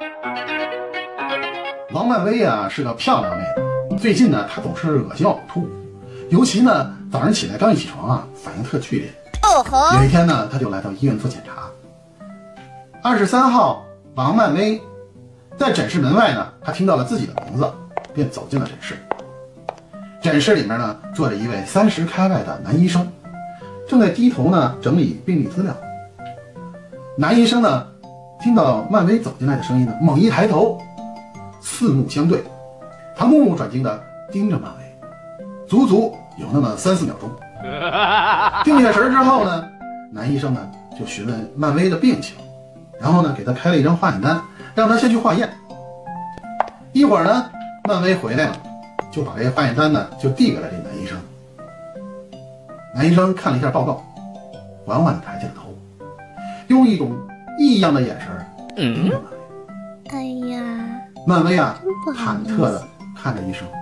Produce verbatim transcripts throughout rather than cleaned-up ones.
王漫威啊是个漂亮妹子，最近呢她总是恶心呕吐，尤其呢早上起来刚一起床啊反应特剧烈。 哦吼！ 有一天呢她就来到医院做检查。二十三号王漫威在诊室门外呢，她听到了自己的名字，便走进了诊室。诊室里面呢坐着一位三十开外的男医生，正在低头呢整理病历资料。男医生呢听到漫威走进来的声音呢，猛一抬头，四目相对，他目不转睛地盯着漫威，足足有那么三四秒钟。定下神之后呢，男医生呢就询问漫威的病情，然后呢给他开了一张化验单，让他先去化验。一会儿呢，漫威回来了，就把这个化验单呢就递给了这男医生。男医生看了一下报告，缓缓地抬起了头，用一种异样的眼神盯着漫威。 哎呀， 漫威啊忐忑地看着医生，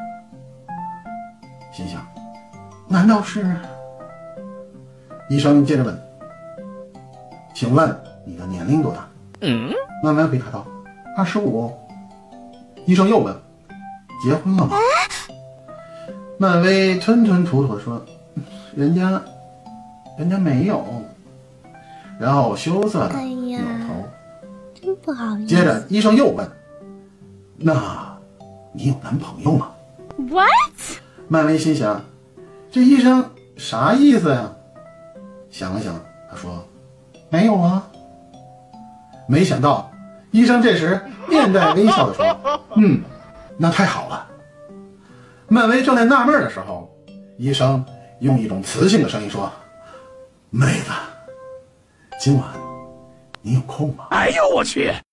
心想难道是……医生接着问，请问你的年龄多大？ 嗯， 漫威回答道二十五。医生又问，结婚了吗？漫威吞吞吐吐地说，人家人家没有，然后羞涩地扭头。 真不好意思。 接着医生又问，那你有男朋友吗？ What？ 漫威心想，这医生啥意思呀？想了想，他说没有啊。没想到医生这时面带微笑地说，嗯，那太好了。漫威正在纳闷的时候，医生用一种磁性的声音说，妹子，今晚你有空吗？ 哎呦我去！